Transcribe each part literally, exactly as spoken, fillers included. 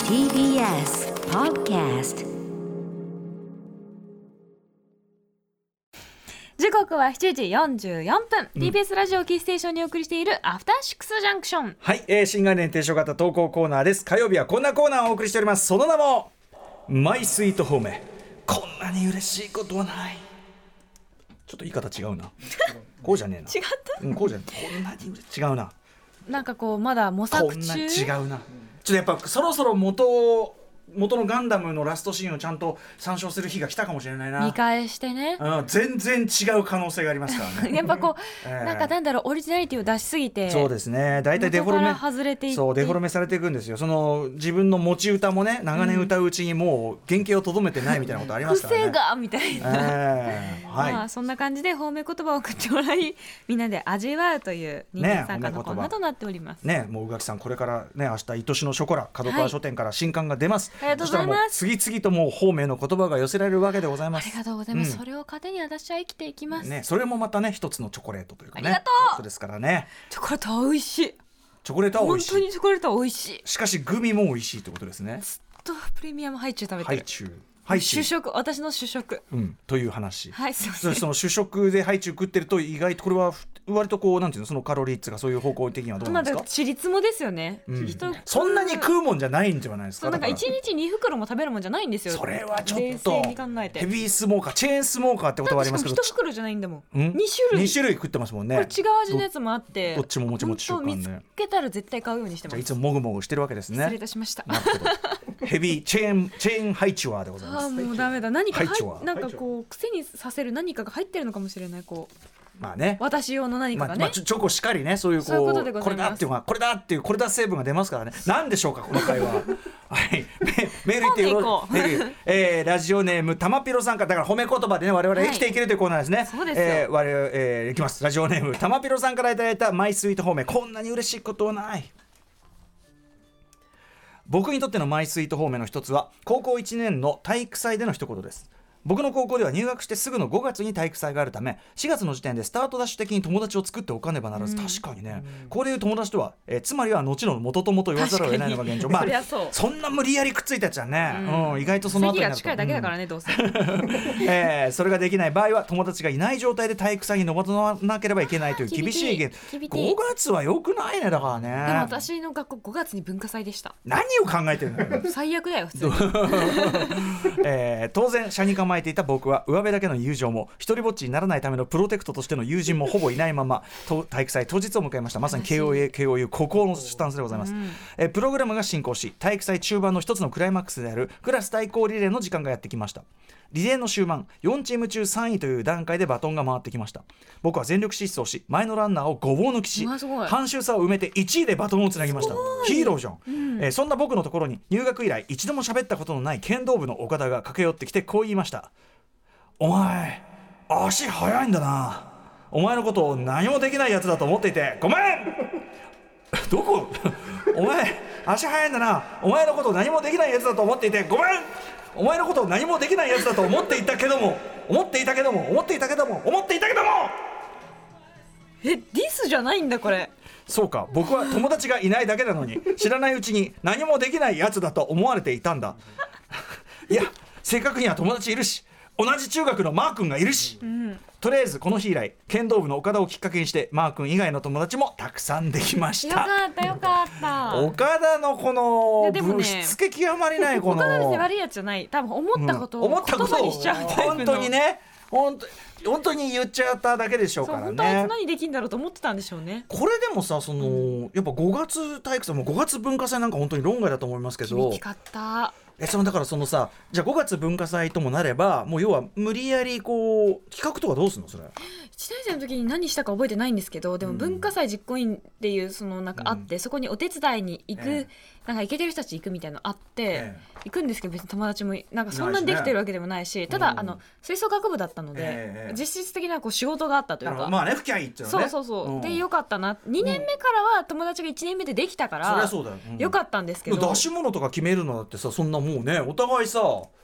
ティービーエス Podcast。 時刻はしちじよんじゅうよんぷん、うん、ティービーエス ラジオキーステーションにお送りしているアフターシックスジャンクション。 はい、えー、新概念提唱型投稿コーナーです。火曜日はこんなコーナーをお送りしております。その名もマイスイートホーム。こんなに嬉しいことはない。ちょっと言い方違うなこうじゃねえな。 違った、 うん、こうじゃねえ。こんなに違うな。 なんかこうまだ模索中。 こんな違うな。ちょっとやっぱそろそろ元を元のガンダムのラストシーンをちゃんと参照する日が来たかもしれないな。 見返してね、 うん、全然違う可能性がありますからねやっぱこう、 えー、 なんかなんだろう、オリジナリティを出しすぎて、 そうですね、だいたいデフォルメ外れていって、 そうデフォルメされていくんですよ。その自分の持ち歌もね、長年歌ううちにもう原型をとどめてないみたいなことありますからね。 癖がみたいな、 えーはい、 まあ、そんな感じで褒め言葉を送ってもらい、みんなで味わうという人間参加のコーナーとなっております。 ね、もう宇垣さんこれからね、明日愛しのショコラ角川書店から新刊が出ます、 はい、ありがとうございます。 次々ともう方面の言葉が寄せられるわけでございます。 ありがとうございます、 うん、 それを糧に私は生きていきます、 ね、それもまたね一つのチョコレートというかね、 ありがとうことですからね。 チョコレートは美味しい。 チョコレートは美味しい。 本当にチョコレートは美味しい。 しかしグミも美味しいってことですね。 ずっとプレミアムハイチュウ食べてる。 ハイチュウハイチュウ主食、私の主食、 うん、という話。 はい、すいません。 その主食でハイチュウ食ってると意外とこれは割とこうなんていうの、そのカロリー値がそういう方向的にはどうなんですか。 まあ、私立もですよね、 うん、 人そんなに食うもんじゃないんじゃないですか。 そう、なんかいちにちに袋も食べるもんじゃないんですよ。 それはちょっと冷静に考えて。 ヘビースモーカー、チェーンスモーカーってことはありますけど、 いち袋じゃないんだもん、 んに種類に種類食ってますもんね。 これ違う味のやつもあって、 どっちももちもち食感で、 見つけたら絶対買うようにしてます。 じゃあいつももぐもぐしてるわけですね。 失礼いたしました。 なるほどヘビーチェーンチェーンハイチュアでございます。 あー、もうダメだ。何か入っなんかこう癖にさせる何かが入ってるのかもしれない。こうまあね、 私用の何かがね、 まあまあ、チョコしかりね、そういうこう、 そういうことでございます。 これだっていうのはこれだっていうこれだ成分が出ますからね。なんでしょうかこの会話はい、メールいってよろメール、えー、ラジオネームたまぴろさんから、だから褒め言葉でね我々生きていけるというコーナーですね、はい、 そうですよ、 えー、我々、えー、いきます。ラジオネームたまぴろさんからいただいたマイスイート褒め。こんなに嬉しいことはない。僕にとってのマイスイート褒めの一つは高校いちねんの体育祭での一言です。僕の高校では入学してすぐのごがつに体育祭があるため、しがつの時点でスタートダッシュ的に友達を作っておかねばならず、うん、確かにね、うん、これいう友達とは、えー、つまりは後の元友と言わざるを得ないのが現状。まあ そ, そんな無理やりくっついたやつはね、うんうん、意外とその後になると席が近いだけだからね、うん、どうせ、 えー、それができない場合は友達がいない状態で体育祭に登らなければいけないという厳しい現ごがつはよくないね。だからね。 でも私の学校ごがつに文化祭でした。 何を考えてるのよ最悪だよ普通に、 えー、当然車に構えていた僕は上辺だけの友情も一人ぼっちにならないためのプロテクトとしての友人もほぼいないまま体育祭当日を迎えました。まさに ケーオーエー、ケーオーユー 孤高のスタンスでございます、うん、えプログラムが進行し、体育祭中盤の一つのクライマックスであるクラス対抗リレーの時間がやってきました。リレーの終盤、よんチーム中さんいという段階でバトンが回ってきました。僕は全力疾走し、前のランナーをごぼう抜きし、半周差を埋めていちいでバトンをつなぎました。ヒーローじゃん、うんえー、そんな僕のところに入学以来一度も喋ったことのない剣道部の岡田が駆け寄ってきてこう言いました。お前足速いんだな。お前のことを何もできないやつだと思っていてごめんどこお前足速いんだな。お前のことを何もできないやつだと思っていてごめん。お前のことを何もできないやつだと思っていたけども思っていたけども思っていたけども思っていたけどもえ、ディスじゃないんだこれ。 そうか、僕は友達がいないだけなのに知らないうちに何もできないやつだと思われていたんだいや、正確には友達いるし、同じ中学のマー君がいるし、うん、とりあえずこの日以来剣道部の岡田をきっかけにしてマー君以外の友達もたくさんできました。 よかったよかった岡田のこのぶしつけ極まりないこの岡田別に悪いやつじゃない。多分思ったことを言葉にしちゃうタイプの、 うん、本当にね本当本当に言っちゃっただけでしょうからね。 本当はあいつ何できんだろうと思ってたんでしょうね。 これでもさ、その、うん、やっぱごがつ体育祭もごがつ文化祭なんか本当に論外だと思いますけど、 厳しかった。 えそのだからそのさ、じゃあごがつ文化祭ともなればもう要は無理やりこう企画とかどうするのそれ。いちねん生の時に何したか覚えてないんですけど、でも文化祭実行委員っていうそのなんかあって、うん、そこにお手伝いに行く、ええ、なんか行けてる人たち行くみたいなのあって、ええ、行くんですけど別に友達もなんかそんなにできてるわけでもないし、ただ、うん、あの吹奏楽部だったので、え、実質的なこう仕事があったというか、 まあね、吹きゃいいっていうのね。 そうそうそう、うん、でよかったな。にねんめからは友達がいちねんめでできたから、 うん、そりゃそうだよ、うん、 よかったんですけど、 出し物とか決めるのだってさ、そんなもうねお互いさ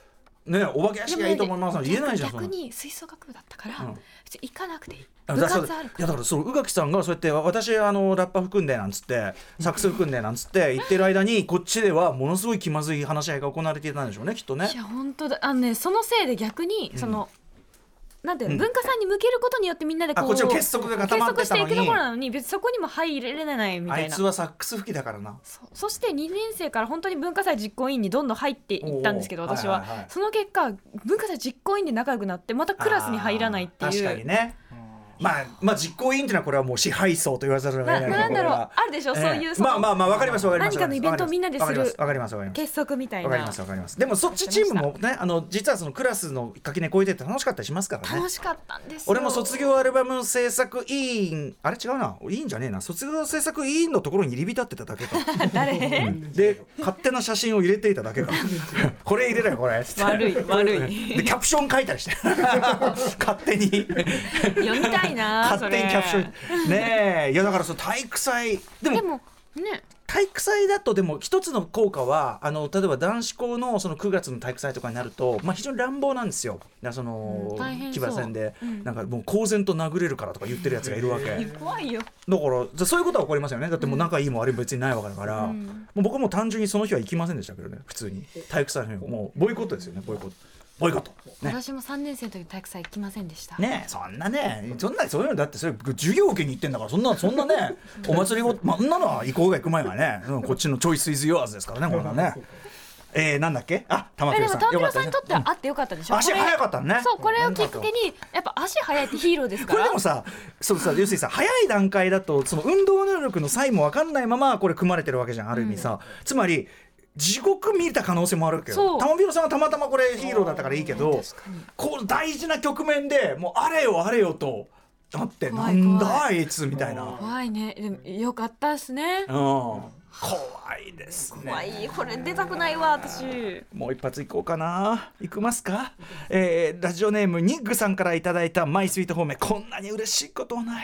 ねお化け屋敷がいいと思いますの、ね、言えないじゃん。 逆に吹奏楽部だったから、うん、行かなくていい。 部活あるから。 いやだからそう宇垣さんがそうやって私あのラッパ吹くんでなんつってサックス吹くんでなんつって言ってる間にこっちではものすごい気まずい話し合いが行われていたんでしょうねきっとね。 いや本当だあのねそのせいで逆に、うん、そのなんていうの、うん、文化祭に向けることによってみんなでこうこっちの結束が固まってたのに結束していくところなのに別にそこにも入れれないみたいな。 あいつはサックス吹きだからな。 そ, そしてにねん生から本当に文化祭実行委員にどんどん入っていったんですけど私は、はいはいはい、その結果文化祭実行委員で仲良くなってまたクラスに入らないっていう。 確かにね。まあ、まあ実行委員っていうのはこれはもう支配層と言わざるを得ない。 なんだろうあるでしょ、えー、そういうそのまあまあまあわかりますわかります。 何かのイベントをみんなでするわかりますわかります結束みたいな。 わかりますわかります。でもそっちチームもねあの実はそのクラスの垣根越えてって楽しかったりしますからね。 楽しかったんですよ。 俺も卒業アルバム制作委員あれ違うないいんじゃねえな卒業制作委員のところに入り浸ってただけか誰、 うん、で勝手な写真を入れていただけかこれ入れろよこれ悪い悪いでキャプション書いたりして勝手に読みたいな勝手にキャプションねえ。いやだからその体育祭でも、 でもね体育祭だとでも一つの効果はあの例えば男子校 の, そのくがつの体育祭とかになると、まあ、非常に乱暴なんですよ。だその、うん、騎馬戦で、うん、なんかもう公然と殴れるからとか言ってるやつがいるわけ怖いよ。 だからそういうことは起こりますよね。だってもう仲いいも悪いも別にないわけだから、うん、もう僕はもう単純にその日は行きませんでしたけどね。普通に体育祭の日もうボイコットですよね。ボイコットボイコット、ね、 私もさんねん生の時体育祭行きませんでしたね。えそんなねそんなそういうのだってそれ授業受けに行ってんだからそんなそんなねお祭りごまあんなのは行こうが行く前がね、うん、こっちのチョイスイズヨアーズですからねこれはねえー、なんだっけあ玉城さん。 でも玉城さんにとってはあってよかったでしょ、うん、 足速かったね。 そうこれをきっかけにやっぱ足速いってヒーローですから。 これでもさそうさ要するにさ早い段階だとその運動能力の差異も分かんないままこれ組まれてるわけじゃんある意味さ、うん、つまり地獄見た可能性もあるわけよ。玉広さんはたまたまこれヒーローだったからいいけどこう大事な局面でもうあれよあれよとなってなんだあいつみたいな。 怖いね。でもよかったですね、 うん、怖いですね。 怖いこれ出たくないわ私。 もう一発いこうかな。いきますか、えー、ラジオネームニッグさんからいただいたマイスイートホーム。こんなに嬉しいことはない。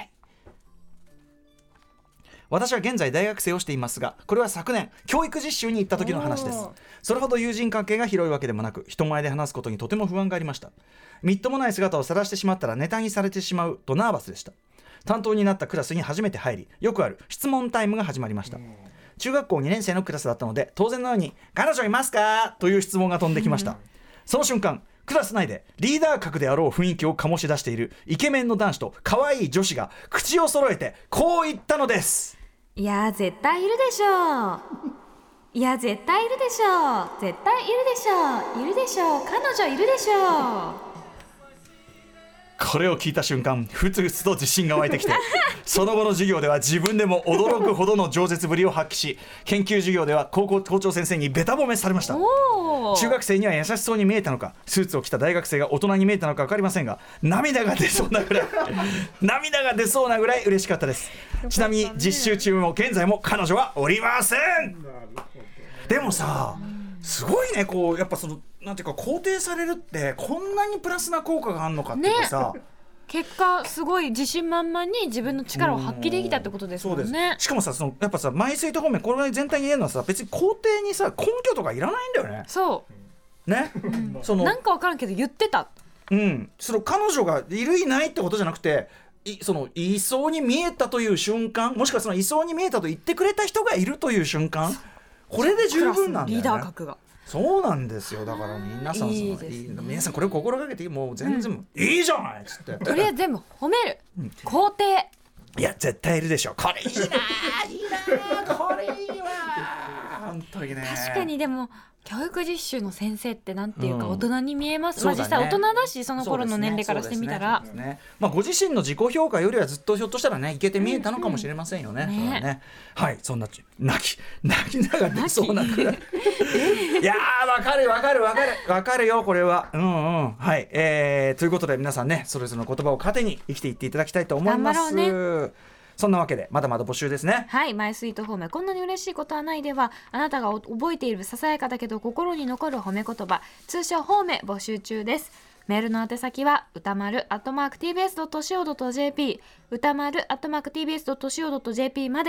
私は現在大学生をしていますがこれは昨年教育実習に行った時の話です。それほど友人関係が広いわけでもなく人前で話すことにとても不安がありました。みっともない姿を晒してしまったらネタにされてしまうとナーバスでした。担当になったクラスに初めて入りよくある質問タイムが始まりました。中学校にねん生のクラスだったので当然のように彼女いますかという質問が飛んできました。その瞬間クラス内でリーダー格であろう雰囲気を醸し出しているイケメンの男子と可愛い女子が口を揃えてこう言ったのです。 いや絶対いるでしょう。いや絶対いるでしょう。絶対いるでしょう。いるでしょう。彼女いるでしょう。 これを聞いた瞬間ふつふつと自信が湧いてきてその後の授業では自分でも驚くほどの饒舌ぶりを発揮し研究授業では高校校長先生にベタ褒めされました。中学生には優しそうに見えたのかスーツを着た大学生が大人に見えたのか分かりませんが涙が出そうなぐらい涙が出そうなぐらい嬉しかったです。ちなみに実習中も現在も彼女はおりません。でもさすごいねこうやっぱそのなんていうか肯定されるってこんなにプラスな効果があるのかっていうさ、ね、 結果すごい自信満々に自分の力を発揮できたってことですもんね。 そうです。しかもさそのやっぱさマイスイート方面これ全体に言えるのはさ別に肯定にさ根拠とかいらないんだよね。 そうね、うん、そのなんか分からんけど言ってた、 うん、その彼女がいるいないってことじゃなくていそのいそうに見えたという瞬間もしくはそのいそうに見えたと言ってくれた人がいるという瞬間これで十分なんだよね。 リーダー格がそうなんですよ。だから皆さんいいです、ね、皆さんこれを心がけてもう全然、うん、いいじゃないっつってとりあえず全部褒める、うん、肯定。 いや絶対いるでしょ。これいいないいなこれいいわ本当にね。 確かにでも教育実習の先生ってなんていうか大人に見えます、うんまあ、実際大人だしその頃の年齢からしてみたら、 ねねまあ、ご自身の自己評価よりはずっとひょっとしたらねいけて見えたのかもしれませんよね。うんうんねねはいそんな泣き泣きながら出そうなくらいいやーわかるわかるわかるわかるよこれはうんうんはい、えー、ということで皆さんねそれぞれの言葉を糧に生きていっていただきたいと思います。頑張ろうね。そんなわけでまだまだ募集ですね。 はい、マイスイートホームこんなに嬉しいことはないではあなたが覚えているささやかだけど心に残る褒め言葉通称褒め募集中です。メールの宛先は歌丸アットマーク ティービーエスドットシーオードットジェーピー 歌丸アットマーク ティービーエスドットシーオードットジェーピー まで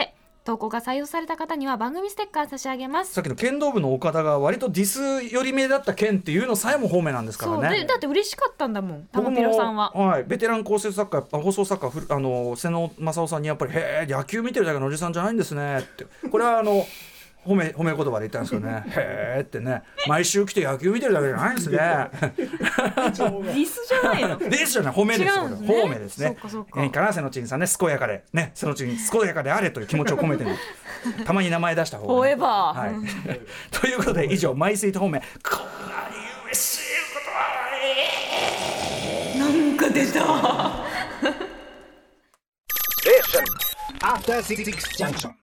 投稿が採用された方には番組ステッカー差し上げます。 さっきの剣道部の岡田が割とディス寄り目だった剣っていうのさえも方面なんですからね。 そうでだって嬉しかったんだもん、たまピロさんは。 はい、ベテラン構成作家放送作家ふあの瀬野正夫さんにやっぱりへえ野球見てるだけのおじさんじゃないんですねってこれはあの褒め、褒め言葉で言ったんですけどねへーってね毎週来て野球見てるだけじゃないんですねディスじゃないのディスじゃない褒めですよ、ね、褒めですね。 そうかそうか。 えー、かな瀬野ちんさんね健やかでね瀬野ちん健やかであれという気持ちを込めてねたまに名前出した方が、ね、 フォーエバー、 はい、ということで以上マイスイート褒めこんなに嬉しいことはなんか出た After Six Junction